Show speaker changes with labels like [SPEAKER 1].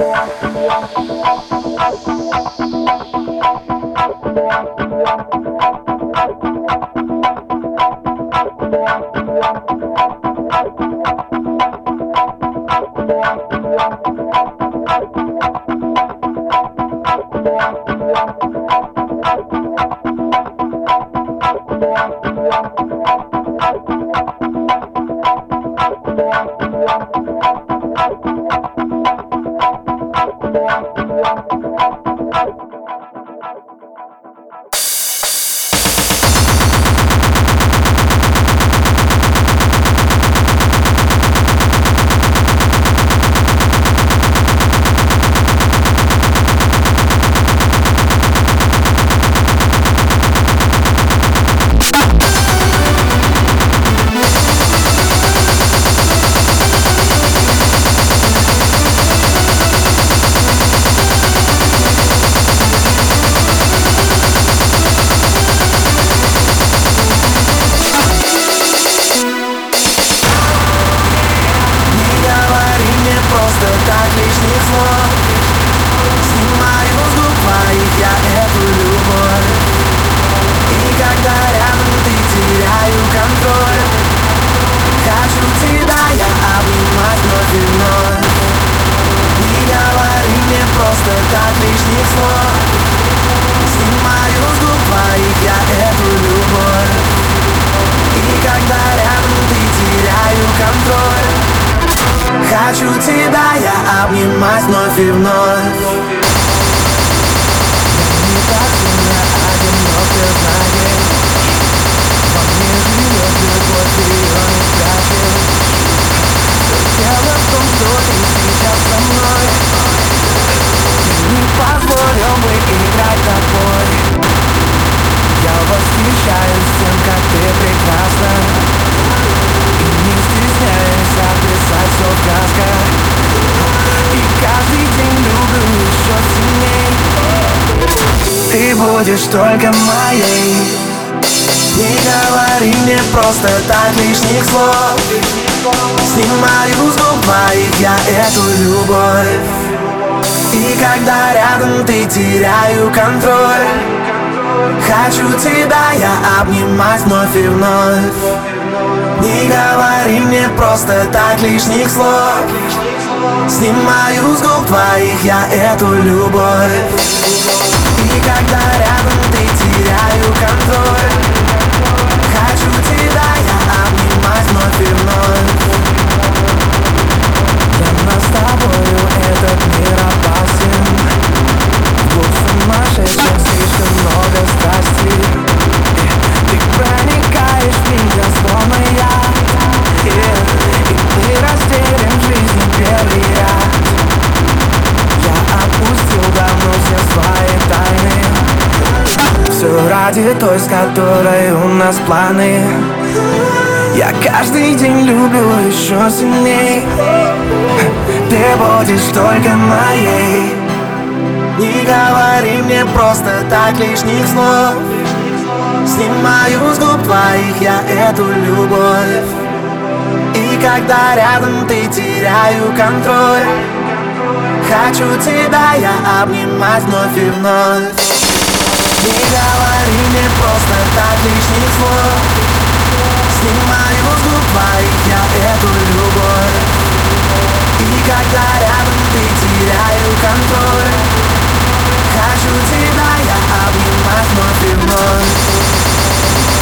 [SPEAKER 1] Хочу тебя я обнимать вновь и вновь. Не так сильно одинок, ты знаешь. Во мне живет любовь, ты ее не спрячешь. Все дело в том, что ты сейчас со мной. Ты не позволил бы играть тобой. Я восхищаюсь тем, как ты прекрасна. И не стесняюсь описать все в красках. И каждый день люблю еще сильней. Ты будешь только моей. Не говори мне просто так лишних слов. Снимаю с губ твоих я эту любовь. И когда рядом ты, теряю контроль. Хочу тебя я обнимать вновь и вновь. Не говори мне просто так лишних слов. Снимаю с губ твоих я эту любовь. И когда рядом ты, теряю контроль. Хочу тебя я обнимать вновь и вновь. Для нас с тобою этот мир опасен. Двух сумасшедших слишком много страсти. Ты проникаешь в меня, словно я. И мы разделим в жизни первый ряд. Я отпустил давно все свои тайны. Все ради той, с которой у нас планы. Я каждый день люблю еще сильней. Ты будешь только моей. Не говори мне просто так лишних слов. Снимаю с губ твоих я эту любовь. И когда рядом ты, теряю контроль. Хочу тебя я обнимать вновь и вновь. Не говори мне просто так лишних слов. Снимаю с губ твоих я эту любовь. И когда рядом ты, теряю контроль. Хочу тебя я обнимать вновь и вновь.